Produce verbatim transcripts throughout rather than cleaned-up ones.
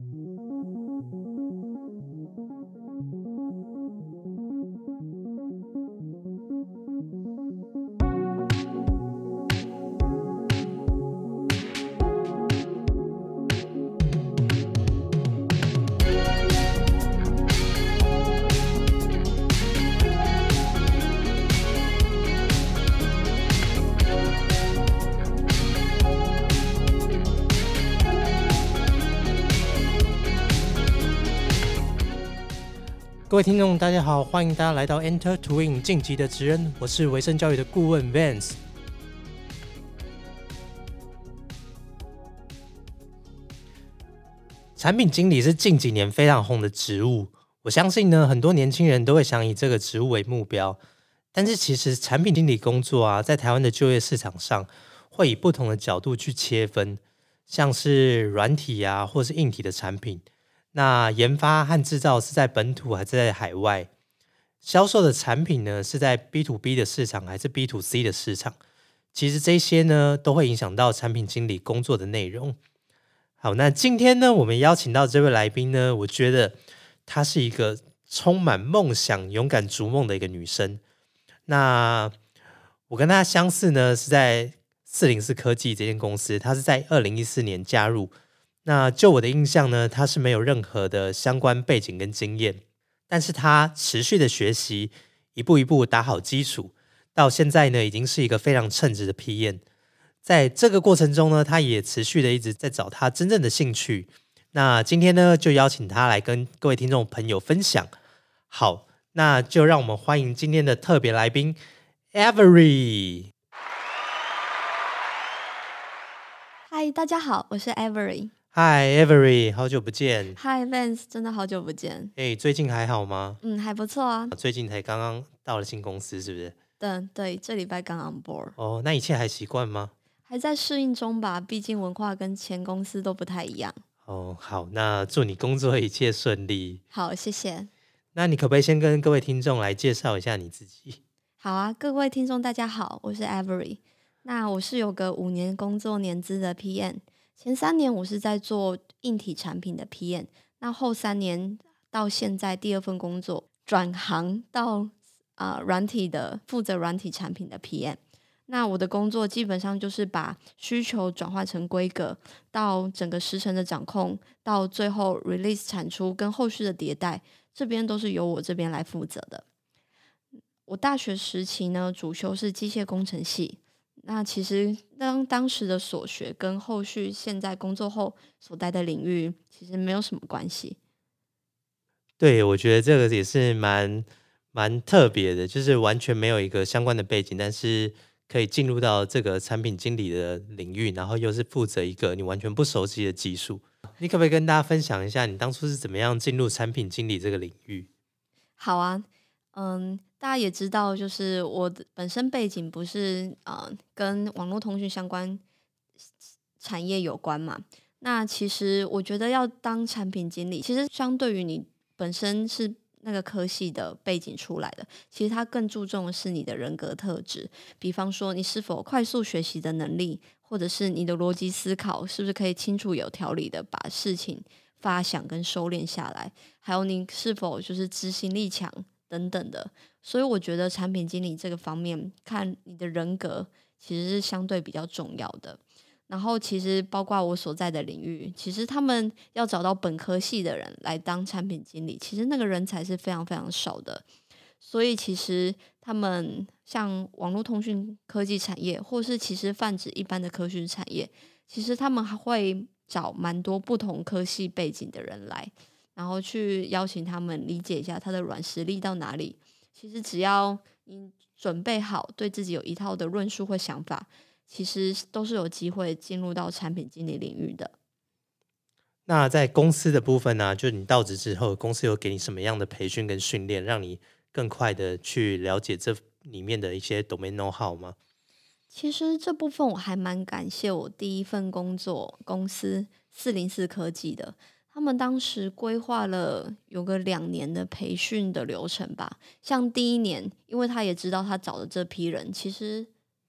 各位听众大家好，欢迎大家来到 Enter to Win 晋级的职人，我是维生教育的顾问 Vance。 产品经理是近几年非常红的职务，我相信呢很多年轻人都会想以这个职务为目标，但是其实产品经理工作啊，在台湾的就业市场上会以不同的角度去切分，像是软体啊或是硬体的产品，那研发和制造是在本土还是在海外？销售的产品呢是在 B to B 的市场还是 B to C 的市场？其实这些呢都会影响到产品经理工作的内容。好，那今天呢我们邀请到这位来宾呢，我觉得她是一个充满梦想、勇敢逐梦的一个女生。那我跟她相似呢是在四零四科技这间公司，她是在二零一四年加入。那就我的印象呢，他是没有任何的相关背景跟经验，但是他持续的学习，一步一步打好基础，到现在呢已经是一个非常称职的 P M。 在这个过程中呢，他也持续的一直在找他真正的兴趣。那今天呢就邀请他来跟各位听众朋友分享。好，那就让我们欢迎今天的特别来宾 Avery。 嗨，大家好，我是 Avery。 嗨 Avery， 好久不见。 嗨 Vance， 真的好久不见。 欸，最近还好吗？ 嗯，还不错啊。 最近才刚刚到了新公司是不是？ 对对，这礼拜刚 on board。 哦，那一切还习惯吗？ 还在适应中吧，毕竟文化跟前公司都不太一样。 哦，好，那祝你工作一切顺利。 好，谢谢。 那你可不可以先跟各位听众来介绍一下你自己？ 好啊，各位听众大家好，我是 Avery。那我是有个五年工作年资的 P M， 前三年我是在做硬体产品的 P M， 那后三年到现在第二份工作转行到呃软体的负责软体产品的 P M。 那我的工作基本上就是把需求转换成规格，到整个时程的掌控，到最后 release 产出跟后续的迭代，这边都是由我这边来负责的。我大学时期呢主修是机械工程系，那其实当当时的所学跟后续现在工作后所待的领域其实没有什么关系。 对，我觉得这个也是蛮蛮特别的，就是完全没有一个相关的背景，但是可以进入到这个产品经理的领域，然后又是负责一个你完全不熟悉的技术。你可不可以跟大家分享一下你当初是怎么样进入产品经理这个领域？ 好啊，嗯，大家也知道，就是我的本身背景不是呃跟网络通讯相关产业有关嘛。那其实我觉得要当产品经理，其实相对于你本身是那个科系的背景出来的，其实它更注重的是你的人格特质，比方说你是否快速学习的能力，或者是你的逻辑思考是不是可以清楚有条理的把事情发想跟收敛下来，还有你是否就是执行力强等等的。所以我觉得产品经理这个方面看你的人格其实是相对比较重要的。然后其实包括我所在的领域，其实他们要找到本科系的人来当产品经理，其实那个人才是非常非常少的。所以其实他们像网络通讯科技产业，或是其实泛指一般的科学产业，其实他们还会找蛮多不同科系背景的人来，然后去邀请他们理解一下他的软实力到哪里。其实只要你准备好，对自己有一套的论述或想法，其实都是有机会进入到产品经理领域的。 那在公司的部分呢、啊，就你到职之后，公司有给你什么样的培训跟训练，让你更快的去了解这里面的一些 domain know-how 吗？ 其实这部分我还蛮感谢我第一份工作公司四零四科技的，他们当时规划了有个两年的培训的流程吧。像第一年，因为他也知道他找的这批人其实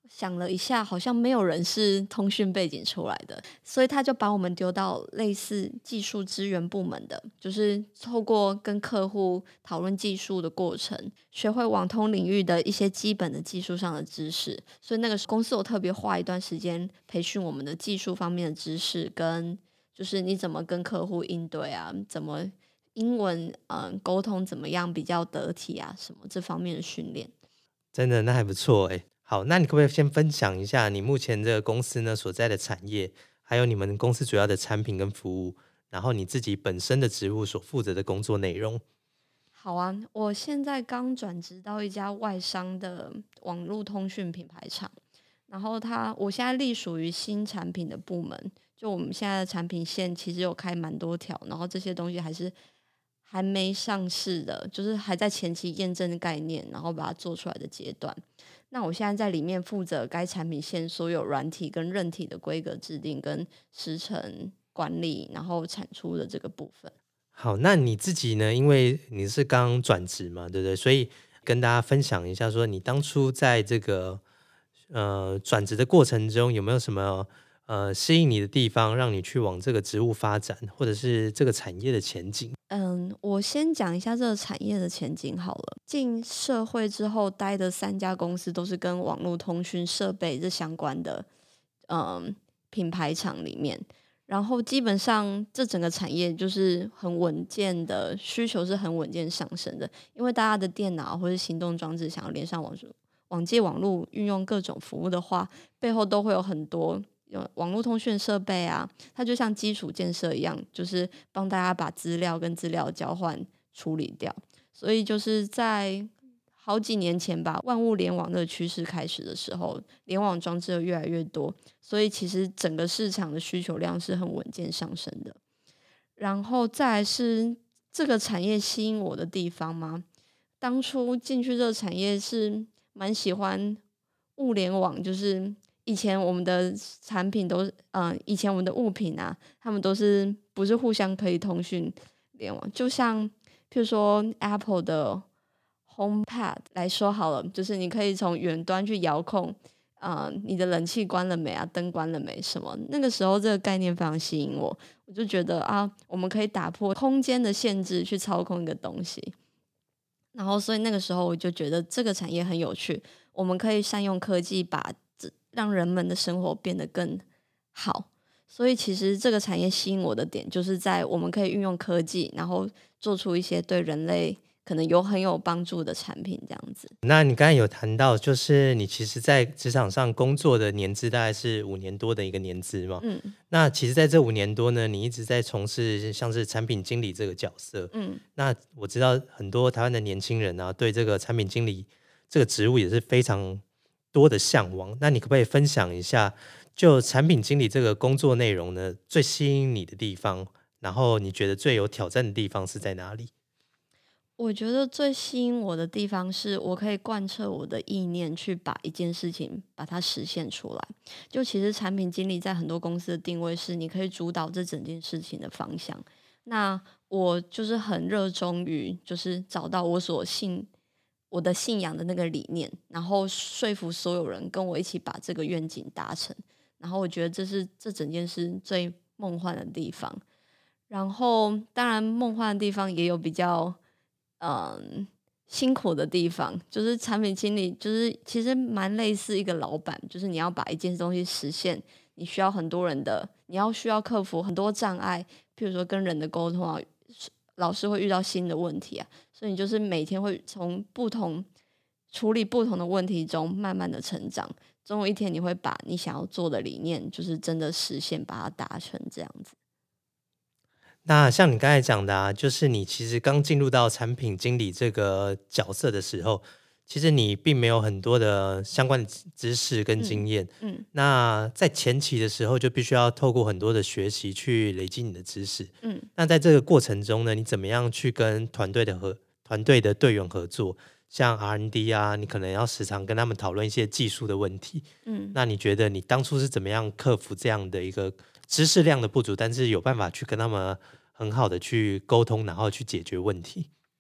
想了一下，好像没有人是通讯背景出来的，所以他就把我们丢到类似技术支援部门的，就是透过跟客户讨论技术的过程，学会网通领域的一些基本的技术上的知识。所以那个公司有特别花一段时间培训我们的技术方面的知识，跟就是你怎么跟客户应对啊，怎么英文嗯沟通怎么样比较得体啊，什么这方面的训练。 真的那还不错哎。好，那你可不可以先分享一下你目前这个公司呢所在的产业，还有你们公司主要的产品跟服务，然后你自己本身的职务所负责的工作内容？ 好啊，我现在刚转职到一家外商的网络通讯品牌厂，然后它我现在隶属于新产品的部门，就我们现在的产品线其实有开蛮多条，然后这些东西还是还没上市的，就是还在前期验证概念，然后把它做出来的阶段。那我现在在里面负责该产品线所有软体跟韧体的规格制定跟时程管理，然后产出的这个部分。 好，那你自己呢？因为你是刚转职嘛，对不对？所以跟大家分享一下，说你当初在这个呃转职的过程中，有没有什么呃吸引你的地方，让你去往这个职务发展，或者是这个产业的前景？ 嗯，我先讲一下这个产业的前景好了。进社会之后待的三家公司都是跟网络通讯设备这相关的，嗯，品牌厂里面。然后基本上这整个产业就是很稳健的，需求是很稳健上升的，因为大家的电脑或者行动装置想要连上网网际网络，运用各种服务的话，背后都会有很多有网络通讯设备啊，它就像基础建设一样，就是帮大家把资料跟资料交换处理掉。所以就是在好几年前吧，万物联网的趋势开始的时候，联网装置越来越多，所以其实整个市场的需求量是很稳健上升的。然后再来是这个产业吸引我的地方吗？当初进去这个产业是蛮喜欢物联网，就是以前我们的产品都，嗯、呃，以前我们的物品啊，他们都是不是互相可以通讯联网，就像譬如说 Apple 的 HomePad 来说好了，就是你可以从远端去遥控，呃，你的冷气关了没啊，灯关了没什么。那个时候这个概念非常吸引我，我就觉得啊，我们可以打破空间的限制去操控一个东西。然后所以那个时候我就觉得这个产业很有趣，我们可以善用科技把让人们的生活变得更好。所以其实这个产业吸引我的点就是在我们可以运用科技，然后做出一些对人类可能有很有帮助的产品这样子。 那你刚才有谈到，就是你其实在职场上工作的年资大概是五年多的一个年资嘛。 嗯那其实在这五年多呢，你一直在从事像是产品经理这个角色。 嗯那我知道很多台湾的年轻人啊，对这个产品经理这个职务也是非常多的向往。那你可不可以分享一下，就产品经理这个工作内容呢，最吸引你的地方，然后你觉得最有挑战的地方是在哪里？ 我觉得最吸引我的地方是我可以贯彻我的意念，去把一件事情把它实现出来。就其实产品经理在很多公司的定位是，你可以主导这整件事情的方向。那我就是很热衷于，就是找到我所信我的信仰的那个理念，然后说服所有人跟我一起把这个愿景达成。然后我觉得这是这整件事最梦幻的地方。然后当然梦幻的地方也有比较嗯辛苦的地方，就是产品经理就是其实蛮类似一个老板，就是你要把一件东西实现，你需要很多人的，你要需要克服很多障碍，譬如说跟人的沟通啊，老师会遇到新的问题啊，所以你就是每天会从不同处理不同的问题中慢慢的成长，总有一天你会把你想要做的理念就是真的实现，把它达成这样子。 那像你刚才讲的啊，就是你其实刚进入到产品经理这个角色的时候，其实你并没有很多的相关的知识跟嗯经验。 嗯那在前期的时候，就必须要透过很多的学习去累积你的知识。 嗯那在这个过程中呢，你怎么样去跟团队的合团队的队员合作？像 R and D 啊，你可能要时常跟他们讨论一些技术的问题。 嗯。 那你觉得你当初是怎么样克服这样的一个知识量的不足，但是有办法去跟他们很好的去沟通，然后去解决问题？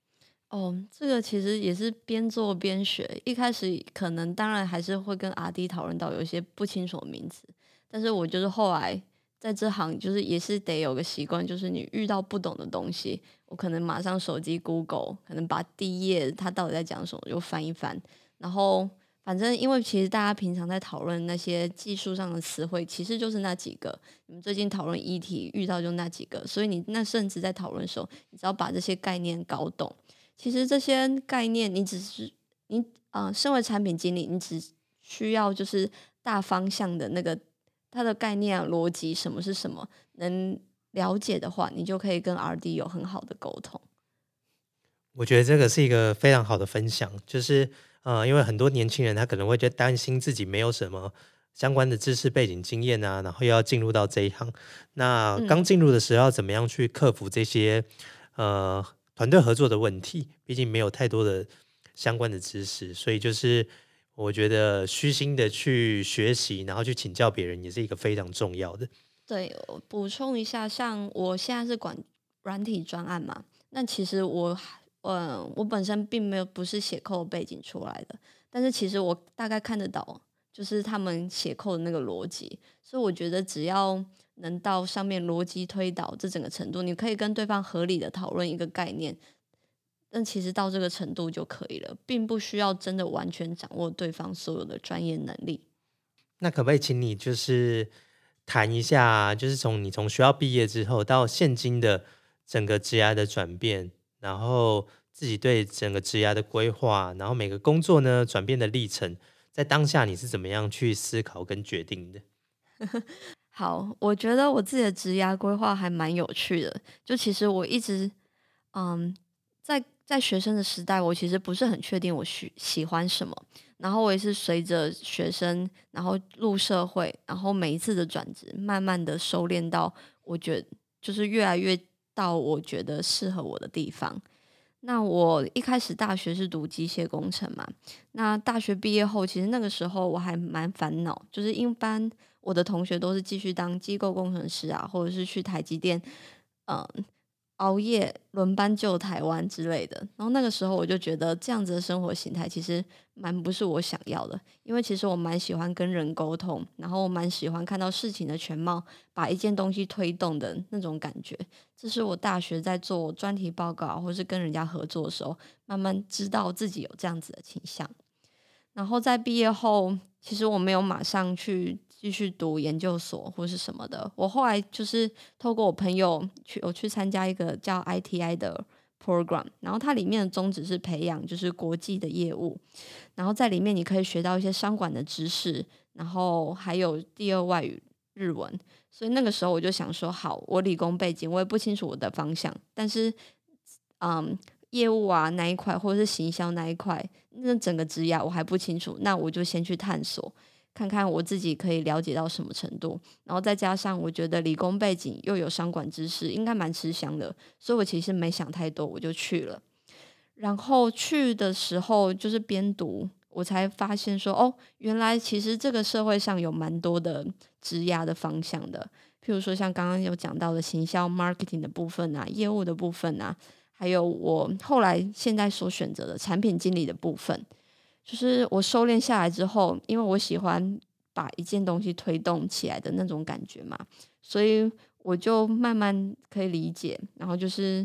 哦，这个其实也是边做边学。一开始可能当然还是会跟 R D 讨论到有一些不清楚的名词，但是我就是后来在这行就是也是得有个习惯，就是你遇到不懂的东西，我可能马上手机 Google，可能把第一页它到底在讲什么就翻一翻，然后反正因为其实大家平常在讨论那些技术上的词汇，其实就是那几个。你们最近讨论议题遇到就那几个，所以你那甚至在讨论的时候，你只要把这些概念搞懂。其实这些概念，你只是你呃，身为产品经理，你只需要就是大方向的那个它的概念啊、逻辑，什么是什么，能了解的话，你就可以跟 R D 有很好的沟通。 我觉得这个是一个非常好的分享，就是呃，因为很多年轻人他可能会觉得担心自己没有什么相关的知识背景经验啊，然后又要进入到这一行，那刚嗯。 进入的时候要怎么样去克服这些呃团队合作的问题？毕竟没有太多的相关的知识，所以就是我觉得虚心的去学习，然后去请教别人，也是一个非常重要的。 对，我补充一下，像我现在是管软体专案嘛，那其实我还呃，我本身并没有不是写 code 背景出来的，但是其实我大概看得到，就是他们写 code 的那个逻辑，所以我觉得只要能到上面逻辑推导这整个程度，你可以跟对方合理的讨论一个概念，但其实到这个程度就可以了，并不需要真的完全掌握对方所有的专业能力。 那可不可以请你就是谈一下，就是从你从学校毕业之后到现今的整个职涯的转变，然后自己对整个职涯的规划，然后每个工作呢转变的历程，在当下你是怎么样去思考跟决定的？ 好，我觉得我自己的职涯规划还蛮有趣的。就其实我一直，嗯，在在学生的时代，我其实不是很确定我喜喜欢什么。然后我也是随着学生，然后入社会，然后每一次的转职，慢慢的收敛到，我觉得就是越来越到我觉得适合我的地方。那我一开始大学是读机械工程嘛，那大学毕业后，其实那个时候我还蛮烦恼，就是一般我的同学都是继续当机构工程师啊，或者是去台积电，嗯，熬夜轮班救台湾之类的。然后那个时候我就觉得这样子的生活形态其实蛮不是我想要的，因为其实我蛮喜欢跟人沟通，然后我蛮喜欢看到事情的全貌，把一件东西推动的那种感觉。这是我大学在做专题报告或是跟人家合作的时候，慢慢知道自己有这样子的倾向。然后在毕业后，其实我没有马上去继续读研究所或是什么的。我后来就是透过我朋友去，我去参加一个叫 I T I 的 program，然后它里面的宗旨是培养就是国际的业务，然后在里面你可以学到一些商管的知识，然后还有第二外语日文。所以那个时候我就想说，好，我理工背景，我也不清楚我的方向，但是嗯，业务啊那一块，或者是行销那一块，那整个职涯我还不清楚，那我就先去探索，看看我自己可以了解到什么程度，然后再加上我觉得理工背景又有商管知识，应该蛮吃香的，所以我其实没想太多，我就去了。然后去的时候就是边读，我才发现说，哦，原来其实这个社会上有蛮多的职涯的方向的，譬如说像刚刚有讲到的行销 marketing 的部分啊，业务的部分啊，还有我后来现在所选择的产品经理的部分。就是我收敛下来之后，因为我喜欢把一件东西推动起来的那种感觉嘛，所以我就慢慢可以理解，然后就是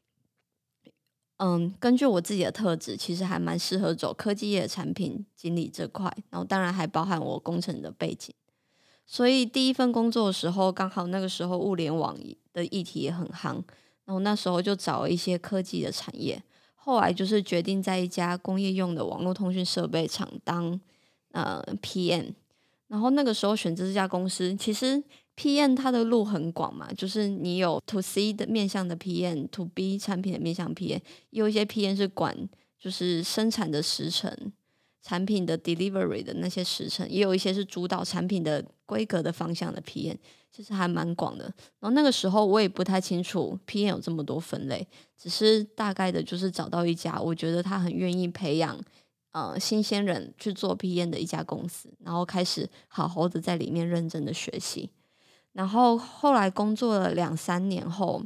嗯，根据我自己的特质，其实还蛮适合走科技业的产品经理这块，然后当然还包含我工程的背景。所以第一份工作的时候，刚好那个时候物联网的议题也很夯，然后那时候就找了一些科技的产业。后来就是决定在一家工业用的网络通讯设备厂当呃 P M，然后那个时候选择这家公司，其实 P M 它的路很广嘛，就是你有 To C 的面向的 P M，To B 产品的面向 P M，也有一些 P M 是管就是生产的时程、产品的 delivery 的那些时程，也有一些是主导产品的规格的方向的 P M，其实还蛮广的。然后那个时候我也不太清楚 P M 有这么多分类，只是大概的就是找到一家我觉得他很愿意培养呃新鲜人去做 P M 的一家公司，然后开始好好的在里面认真的学习。然后后来工作了两三年后，我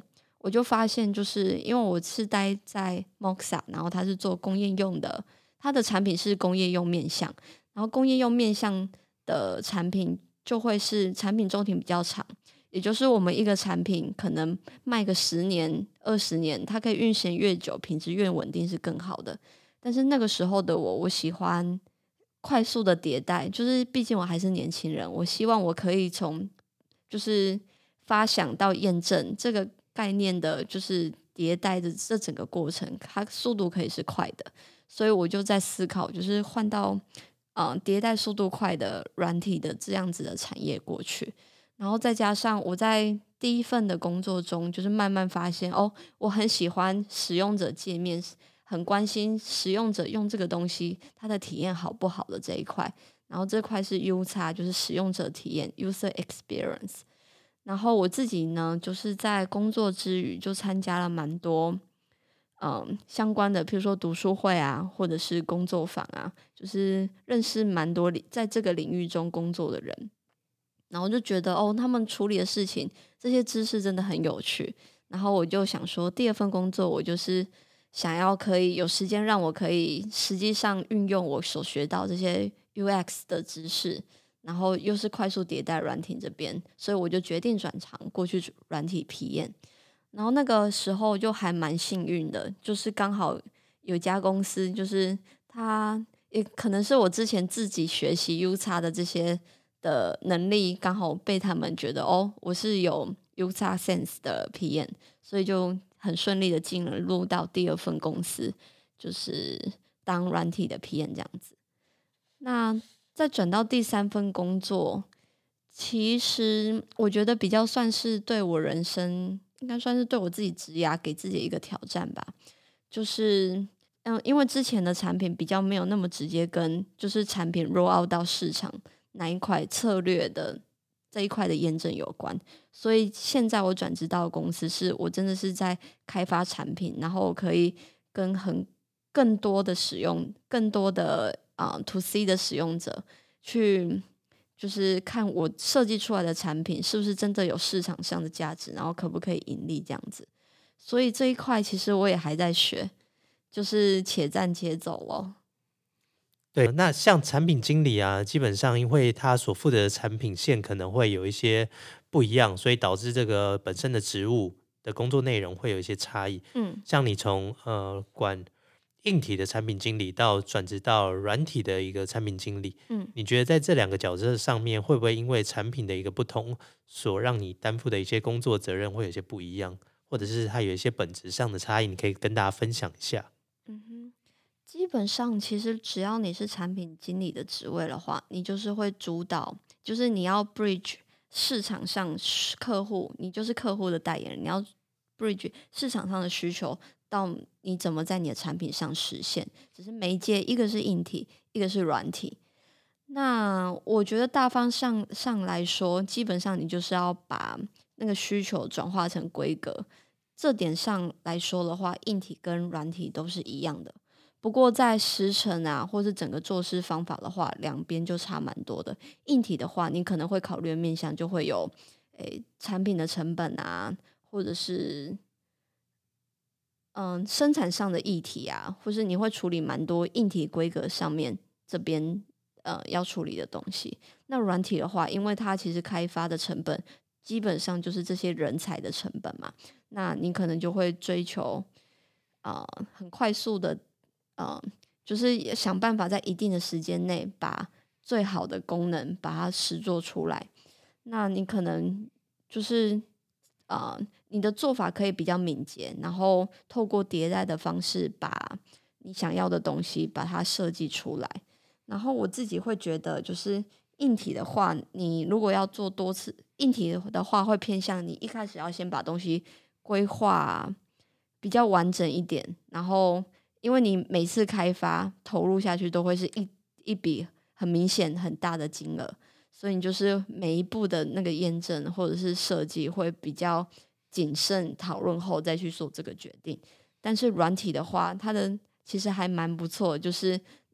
我就发现，就是因为我是待在 Moxa， 然后它是做工业用的，它的产品是工业用面向，然后工业用面向的产品就会是产品周期比较长，也就是我们一个产品可能卖个十年、二十年，它可以运行越久，品质越稳定是更好的。但是那个时候的我，我喜欢快速的迭代，就是毕竟我还是年轻人，我希望我可以从就是发想到验证这个概念的，就是迭代的这整个过程，它速度可以是快的，所以我就在思考，就是换到呃迭代速度快的软体的这样子的产业过去，然后再加上我在第一份的工作中，就是慢慢发现哦，我很喜欢使用者界面，很关心使用者用这个东西它的体验好不好的这一块，然后这块是 U X， 就是使用者体验 （User Experience）。然后我自己呢，就是在工作之余就参加了蛮多嗯相关的，譬如说读书会啊，或者是工作坊啊，就是认识蛮多领在这个领域中工作的人，然后就觉得哦，他们处理的事情，这些知识真的很有趣。然后我就想说，第二份工作我就是想要可以有时间让我可以实际上运用我所学到这些 U X 的知识，然后又是快速迭代软体这边，所以我就决定转场过去软体 P M。然后那个时候就还蛮幸运的，就是刚好有一家公司，就是他也可能是我之前自己学习 U X 的这些的能力，刚好被他们觉得哦，我是有 U X sense 的 P M， 所以就很顺利的进了入到第二份公司，就是当软体的 P M 这样子。那再转到第三份工作，其实我觉得比较算是对我人生，应该算是对我自己职涯给自己一个挑战吧。就是嗯，因为之前的产品比较没有那么直接跟就是产品 roll out 到市场那一块策略的这一块的验证有关，所以现在我转职到的公司是我真的是在开发产品，然后我可以跟很更多的使用更多的啊、呃 to C 的使用者去就是看我设计出来的产品是不是真的有市场上的价值，然后可不可以盈利这样子。所以这一块其实我也还在学，就是且战且走咯。 对，那像产品经理啊，基本上因为他所负责的产品线可能会有一些不一样，所以导致这个本身的职务的工作内容会有一些差异。 嗯像你从呃管硬体的产品经理到转职到软体的一个产品经理， 嗯。 你觉得在这两个角色上面，会不会因为产品的一个不同，所让你担负的一些工作责任会有些不一样，或者是它有一些本质上的差异？你可以跟大家分享一下。 嗯哼，基本上其实只要你是产品经理的职位的话，你就是会主导，就是你要 bridge 市场上需客户，你就是客户的代言人，你要 bridge 市场上的需求到你怎么在你的产品上实现。只是媒介一个是硬体，一个是软体。那我觉得大方向上来说，基本上你就是要把那个需求转化成规格。这点上来说的话，硬体跟软体都是一样的。不过在时程啊，或是整个做事方法的话，两边就差蛮多的。硬体的话，你可能会考虑的面向就会有，诶，产品的成本啊，或者是嗯生产上的议题啊，或是你会处理蛮多硬体规格上面这边呃要处理的东西。那软体的话，因为它其实开发的成本基本上就是这些人才的成本嘛，那你可能就会追求呃很快速的呃，就是也想办法在一定的时间内把最好的功能把它实做出来。那你可能就是呃，你的做法可以比较敏捷，然后透过迭代的方式把你想要的东西把它设计出来。然后我自己会觉得，就是硬体的话，你如果要做多次硬体的话，会偏向你一开始要先把东西规划比较完整一点，然后因为你每次开发投入下去都会是一一笔很明显很大的金额，所以你就是每一步的那个验证或者是设计会比较谨慎讨论后再去做这个决定。但是软体的话，它的其实还蛮不错的，就是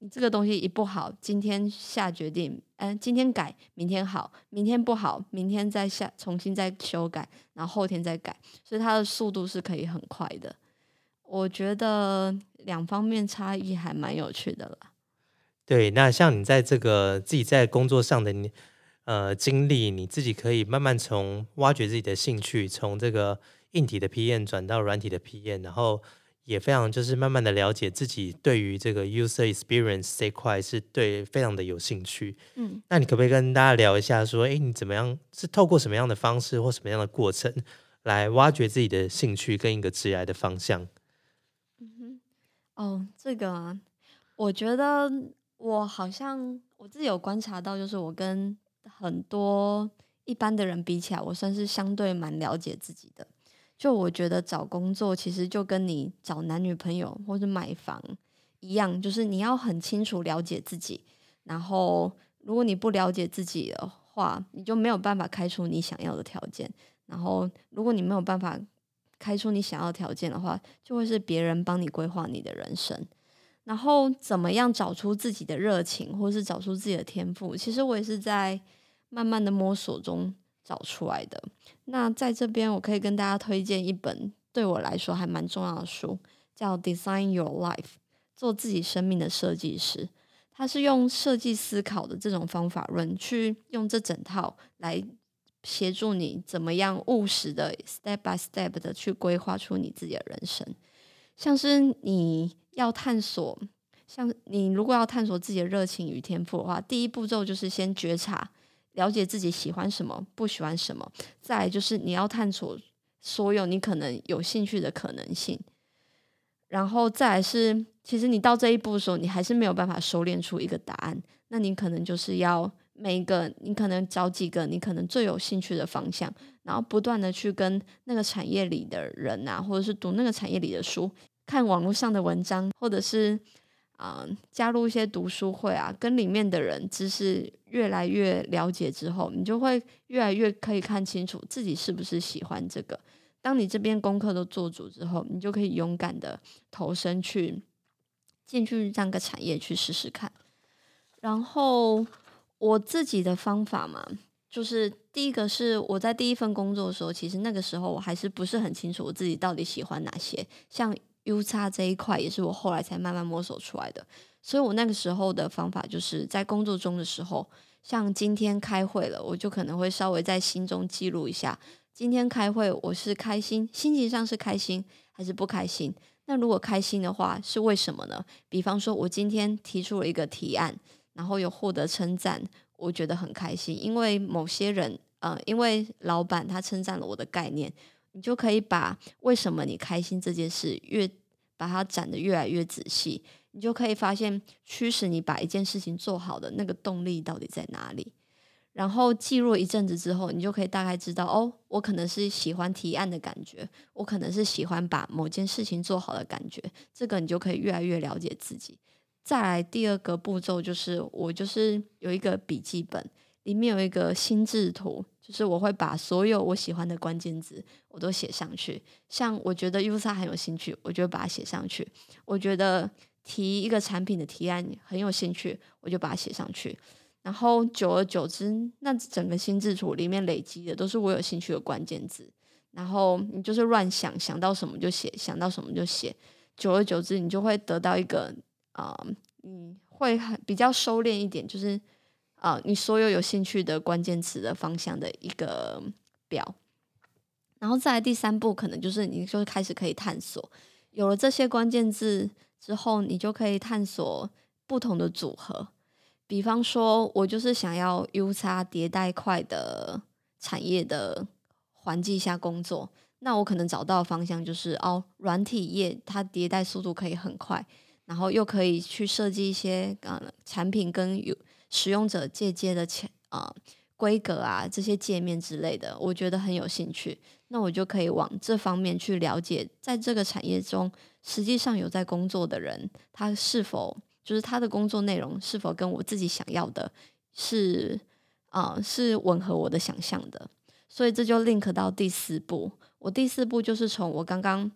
你这个东西一不好，今天下决定，呃，今天改，明天好，明天不好，明天再下重新再修改，然后后天再改，所以它的速度是可以很快的。我觉得两方面差异还蛮有趣的啦。 对，那像你在这个自己在工作上的你呃经历，你自己可以慢慢从挖掘自己的兴趣，从这个硬体的 P M 转到软体的 P M，然后也非常就是慢慢的了解自己对于这个 user experience 这一块是对非常的有兴趣。 嗯。 那你可不可以跟大家聊一下说，诶，你怎么样是透过什么样的方式或什么样的过程来挖掘自己的兴趣跟一个职业的方向？ 嗯哼。哦，这个啊，我觉得我好像我自己有观察到，就是我跟很多一般的人比起来，我算是相对蛮了解自己的。就我觉得找工作其实就跟你找男女朋友或是买房一样，就是你要很清楚了解自己，然后如果你不了解自己的话，你就没有办法开出你想要的条件。然后如果你没有办法开出你想要的条件的话，就会是别人帮你规划你的人生。然后怎么样找出自己的热情，或是找出自己的天赋，其实我也是在慢慢的摸索中找出来的。那在这边我可以跟大家推荐一本对我来说还蛮重要的书，叫《Design Your Life》，做自己生命的设计师。它是用设计思考的这种方法论，去用这整套来协助你怎么样务实的 step by step 的去规划出你自己的人生。像是你要探索，像你如果要探索自己的热情与天赋的话，第一步骤就是先觉察，了解自己喜欢什么，不喜欢什么。再来就是你要探索所有你可能有兴趣的可能性。然后再来是，其实你到这一步的时候，你还是没有办法收敛出一个答案，那你可能就是要每一个，你可能找几个你可能最有兴趣的方向，然后不断的去跟那个产业里的人啊，或者是读那个产业里的书，看网络上的文章，或者是啊、呃加入一些读书会啊，跟里面的人知识越来越了解之后，你就会越来越可以看清楚自己是不是喜欢这个。当你这边功课都做足之后，你就可以勇敢的投身去进去这样个产业去试试看。然后我自己的方法嘛，就是第一个是我在第一份工作的时候，其实那个时候我还是不是很清楚我自己到底喜欢哪些，像 U 叉这一块也是我后来才慢慢摸索出来的。所以我那个时候的方法就是在工作中的时候，像今天开会了，我就可能会稍微在心中记录一下，今天开会我是开心，心情上是开心还是不开心？那如果开心的话，是为什么呢？比方说，我今天提出了一个提案，然后有获得称赞，我觉得很开心，因为某些人，呃，因为老板他称赞了我的概念，你就可以把为什么你开心这件事越把它展得越来越仔细，你就可以发现驱使你把一件事情做好的那个动力到底在哪里。然后记录一阵子之后，你就可以大概知道，哦，我可能是喜欢提案的感觉，我可能是喜欢把某件事情做好的感觉，这个你就可以越来越了解自己。再来第二个步骤就是，我就是有一个笔记本，里面有一个心智图，就是我会把所有我喜欢的关键字我都写上去。像我觉得 U S A 很有兴趣，我就把它写上去；我觉得提一个产品的提案很有兴趣，我就把它写上去。然后久而久之，那整个心智图里面累积的都是我有兴趣的关键字。然后你就是乱想，想到什么就写，想到什么就写。久而久之，你就会得到一个啊、呃，你会很比较收敛一点，就是啊、呃，你所有有兴趣的关键词的方向的一个表。然后再来第三步，可能就是你就开始可以探索，有了这些关键字之后，你就可以探索不同的组合。比方说，我就是想要 U 叉迭代快的产业的环境下工作，那我可能找到的方向就是哦，软体业它迭代速度可以很快，然后又可以去设计一些呃产品跟有使用者借接的前啊规格啊这些界面之类的，我觉得很有兴趣，那我就可以往这方面去了解，在这个产业中实际上有在工作的人，他是否就是他的工作内容是否跟我自己想要的是啊、呃是吻合我的想象的，所以这就 link 到第四步。我第四步就是从我刚刚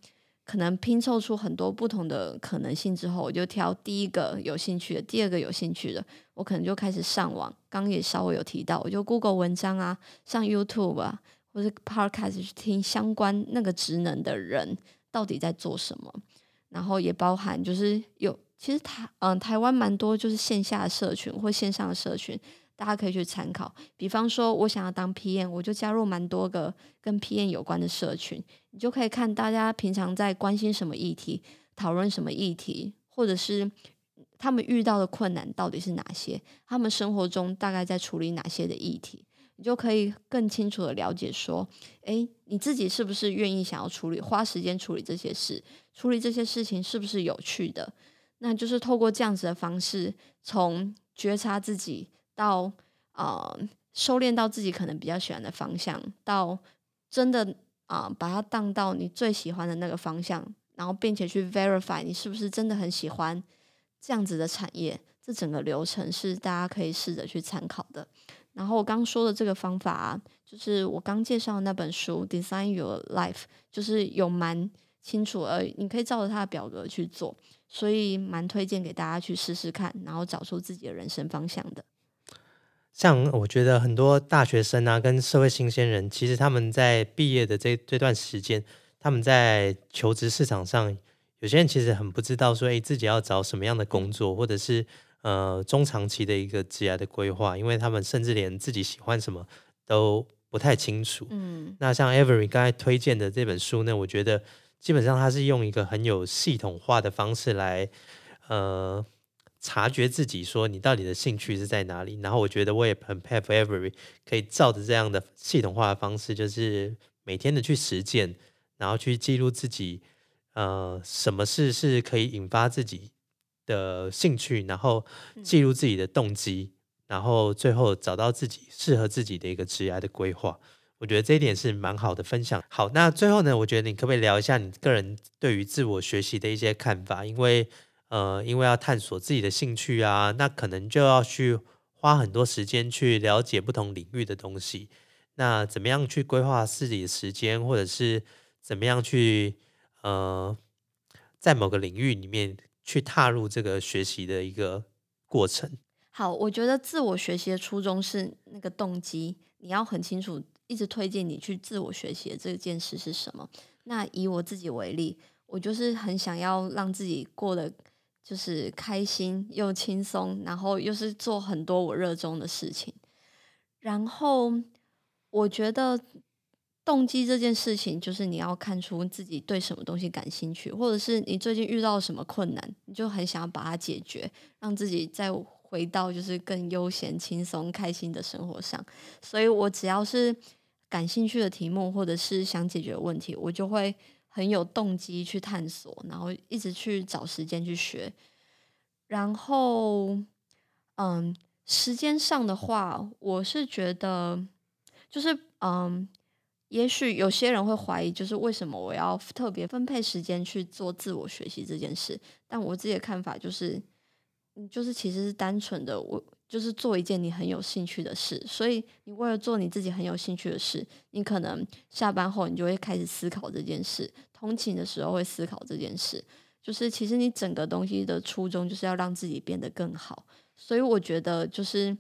可能拼凑出很多不同的可能性之后，我就挑第一个有兴趣的，第二个有兴趣的，我可能就开始上网。刚刚也稍微有提到，我就 Google 文章啊，上 YouTube 啊，或是 Podcast 去听相关那个职能的人到底在做什么。然后也包含就是有，其实台嗯台湾蛮多就是线下的社群或线上的社群，大家可以去参考。比方说我想要当 P M， 我就加入蛮多个跟 P M 有关的社群，你就可以看大家平常在关心什么议题，讨论什么议题，或者是他们遇到的困难到底是哪些，他们生活中大概在处理哪些的议题，你就可以更清楚的了解说，诶，你自己是不是愿意想要处理，花时间处理这些事，处理这些事情是不是有趣的。那就是透过这样子的方式，从觉察自己到呃收敛到自己可能比较喜欢的方向，到真的啊、呃、把它当到你最喜欢的那个方向，然后并且去 verify 你是不是真的很喜欢这样子的产业。这整个流程是大家可以试着去参考的。然后我刚说的这个方法啊，就是我刚介绍的那本书 Design Your Life， 就是有蛮清楚而你可以照着它的表格去做，所以蛮推荐给大家去试试看，然后找出自己的人生方向的。 像我觉得很多大学生啊，跟社会新鲜人，其实他们在毕业的这这段时间，他们在求职市场上，有些人其实很不知道说，哎，自己要找什么样的工作，或者是呃中长期的一个职业的规划，因为他们甚至连自己喜欢什么都不太清楚。 嗯那像 Avery 刚才推荐的这本书呢，我觉得基本上它是用一个很有系统化的方式来呃察觉自己说你到底的兴趣是在哪里。然后我觉得我也很佩服 Avery 可以照着这样的系统化的方式，就是每天的去实践，然后去记录自己呃什么事是可以引发自己的兴趣，然后记录自己的动机，然后最后找到自己适合自己的一个职业的规划。我觉得这一点是蛮好的分享。好，那最后呢，我觉得你可不可以聊一下你个人对于自我学习的一些看法？因为呃，因为要探索自己的兴趣啊，那可能就要去花很多时间去了解不同领域的东西。那怎么样去规划自己的时间，或者是怎么样去呃，在某个领域里面去踏入这个学习的一个过程？ 好，我觉得自我学习的初衷是那个动机，你要很清楚，一直推荐你去自我学习的这件事是什么。那以我自己为例，我就是很想要让自己过得就是开心又轻松，然后又是做很多我热衷的事情。然后我觉得动机这件事情，就是你要看出自己对什么东西感兴趣，或者是你最近遇到什么困难，你就很想要把它解决，让自己再回到就是更悠闲、轻松、开心的生活上。所以我只要是感兴趣的题目，或者是想解决的问题，我就会很有动机去探索，然后一直去找时间去学。然后，嗯，时间上的话，我是觉得就是嗯，也许有些人会怀疑，就是为什么我要特别分配时间去做自我学习这件事。但我自己的看法就是，嗯，就是其实是单纯的，我就是做一件你很有兴趣的事。所以你为了做你自己很有兴趣的事，你可能下班后你就会开始思考这件事，通勤的时候会思考这件事。就是其实你整个东西的初衷就是要让自己变得更好。所以我觉得就是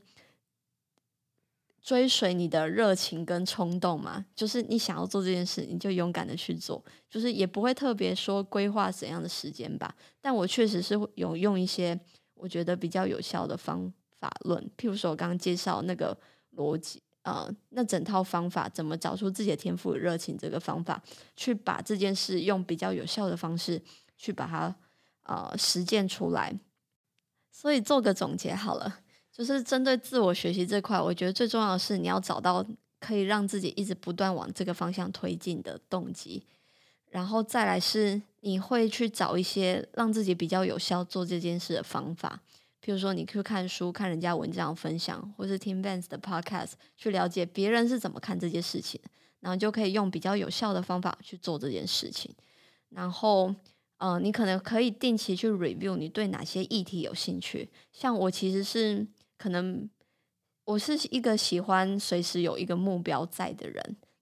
追随你的热情跟冲动嘛，就是你想要做这件事，你就勇敢的去做，就是也不会特别说规划怎样的时间吧。但我确实是有用一些我觉得比较有效的方法论，譬如说我刚刚介绍那个逻辑，呃，那整套方法怎么找出自己的天赋与热情这个方法，去把这件事用比较有效的方式去把它呃实践出来。所以做个总结好了，就是针对自我学习这块，我觉得最重要的是你要找到可以让自己一直不断往这个方向推进的动机，然后再来是你会去找一些让自己比较有效做这件事的方法，譬如说你去看书、看人家文章分享，或是听 Vance 的 podcast 去了解别人是怎么看这件事情，然后就可以用比较有效的方法去做这件事情。然后呃，你可能可以定期去 review 你对哪些议题有兴趣。像我其实是可能我是一个喜欢随时有一个目标在的人，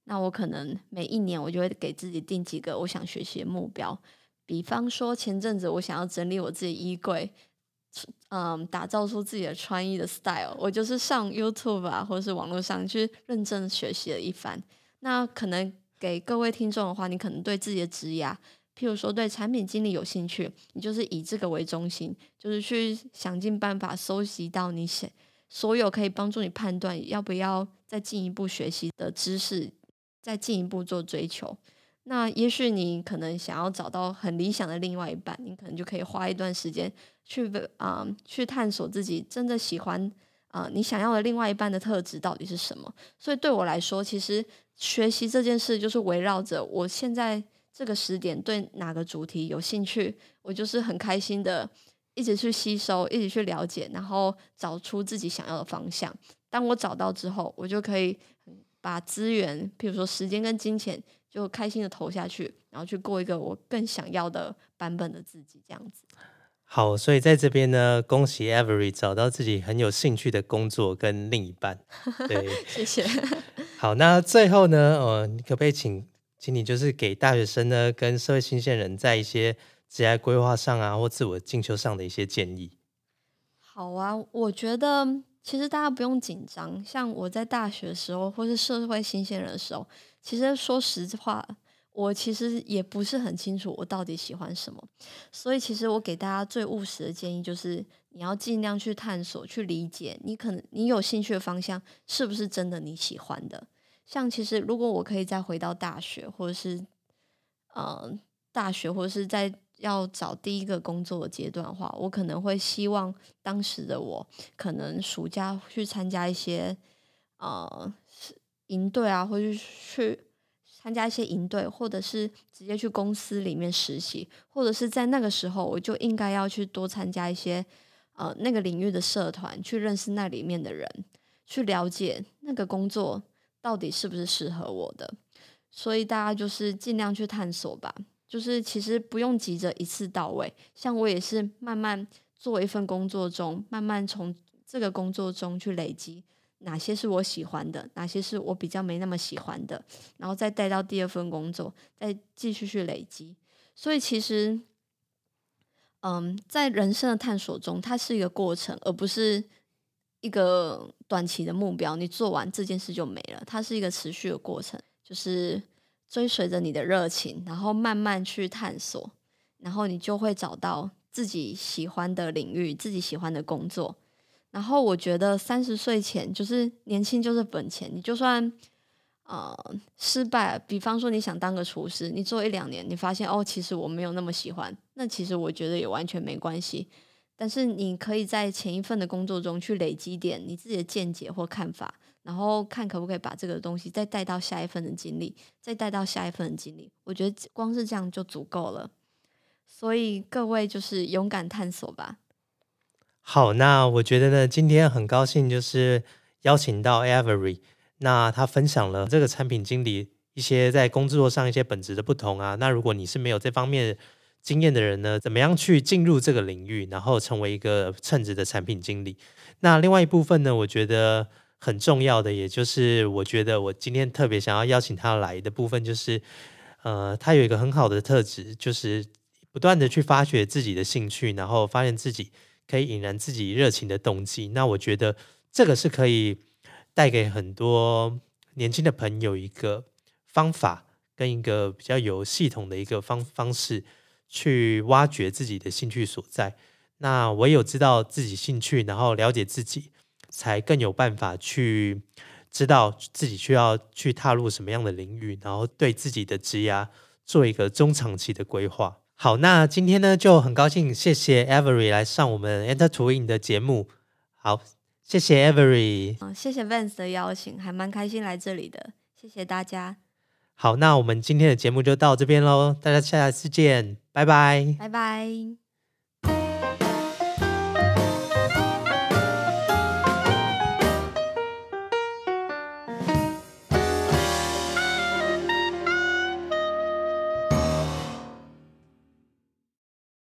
那我可能每一年我就会给自己定几个我想学习的目标，比方说前阵子我想要整理我自己衣柜，嗯，打造出自己的穿衣的 style， 我就是上 YouTube 啊，或者是网络上去认真学习了一番。那可能给各位听众的话，你可能对自己的职涯，譬如说对产品经理有兴趣，你就是以这个为中心，就是去想尽办法收集到你想所有可以帮助你判断要不要再进一步学习的知识，再进一步做追求。那也许你可能想要找到很理想的另外一半，你可能就可以花一段时间去啊、呃去探索自己真的喜欢啊、呃你想要的另外一半的特质到底是什么。所以对我来说，其实学习这件事就是围绕着我现在这个时点对哪个主题有兴趣，我就是很开心的一直去吸收，一直去了解，然后找出自己想要的方向。当我找到之后，我就可以把资源，譬如说时间跟金钱，就开心的投下去，然后去过一个我更想要的版本的自己，这样子。 好，所以在这边呢，恭喜 Avery 找到自己很有兴趣的工作跟另一半。对， 谢谢。 好，那最后呢，呃，你可不可以请，请你就是给大学生呢跟社会新鲜人在一些职业规划上啊，或自我进修上的一些建议？ 好啊，我觉得其实大家不用紧张。像我在大学的时候，或是社会新鲜人的时候，其实说实话，我其实也不是很清楚我到底喜欢什么。所以其实我给大家最务实的建议就是，你要尽量去探索、去理解，你可能你有兴趣的方向是不是真的你喜欢的。像其实如果我可以再回到大学，或者是呃大学，或者是在要找第一个工作的阶段的话，我可能会希望当时的我可能暑假去参加一些呃是营队啊，或者是去参加一些营队，或者是直接去公司里面实习，或者是在那个时候我就应该要去多参加一些呃那个领域的社团，去认识那里面的人，去了解那个工作到底是不是适合我的。所以大家就是尽量去探索吧，就是其实不用急着一次到位。像我也是慢慢做一份工作中，慢慢从这个工作中去累积哪些是我喜欢的，哪些是我比较没那么喜欢的，然后再带到第二份工作，再继续去累积。所以其实，嗯，在人生的探索中，它是一个过程，而不是一个短期的目标。你做完这件事就没了，它是一个持续的过程。就是追随着你的热情，然后慢慢去探索，然后你就会找到自己喜欢的领域，自己喜欢的工作。然后我觉得三十岁前就是年轻就是本钱，你就算呃失败，比方说你想当个厨师，你做一两年，你发现哦，其实我没有那么喜欢，那其实我觉得也完全没关系。但是你可以在前一份的工作中去累积点你自己的见解或看法，然后看可不可以把这个东西再带到下一份的经历，再带到下一份的经历。我觉得光是这样就足够了。所以各位就是勇敢探索吧。 好，那我觉得呢，今天很高兴就是邀请到 Avery，那他分享了这个产品经理一些在工作上一些本质的不同啊。那如果你是没有这方面经验的人呢，怎么样去进入这个领域，然后成为一个称职的产品经理？那另外一部分呢，我觉得很重要的，也就是我觉得我今天特别想要邀请他来的部分，就是呃，他有一个很好的特质，就是不断的去发掘自己的兴趣，然后发现自己可以引燃自己热情的动机。那我觉得这个是可以带给很多年轻的朋友一个方法，跟一个比较有系统的一个方方式，去挖掘自己的兴趣所在。那唯有知道自己兴趣，然后了解自己，才更有办法去知道自己需要去踏入什么样的领域，然后对自己的职涯做一个中长期的规划。好，那今天呢就很高兴，谢谢 Avery 来上我们 Enter to Win 的节目。好，谢谢 Avery。 嗯，谢谢 Vance 的邀请，还蛮开心来这里的，谢谢大家， 好，那我们今天的节目就到这边喽，大家下次见，拜拜。 拜拜。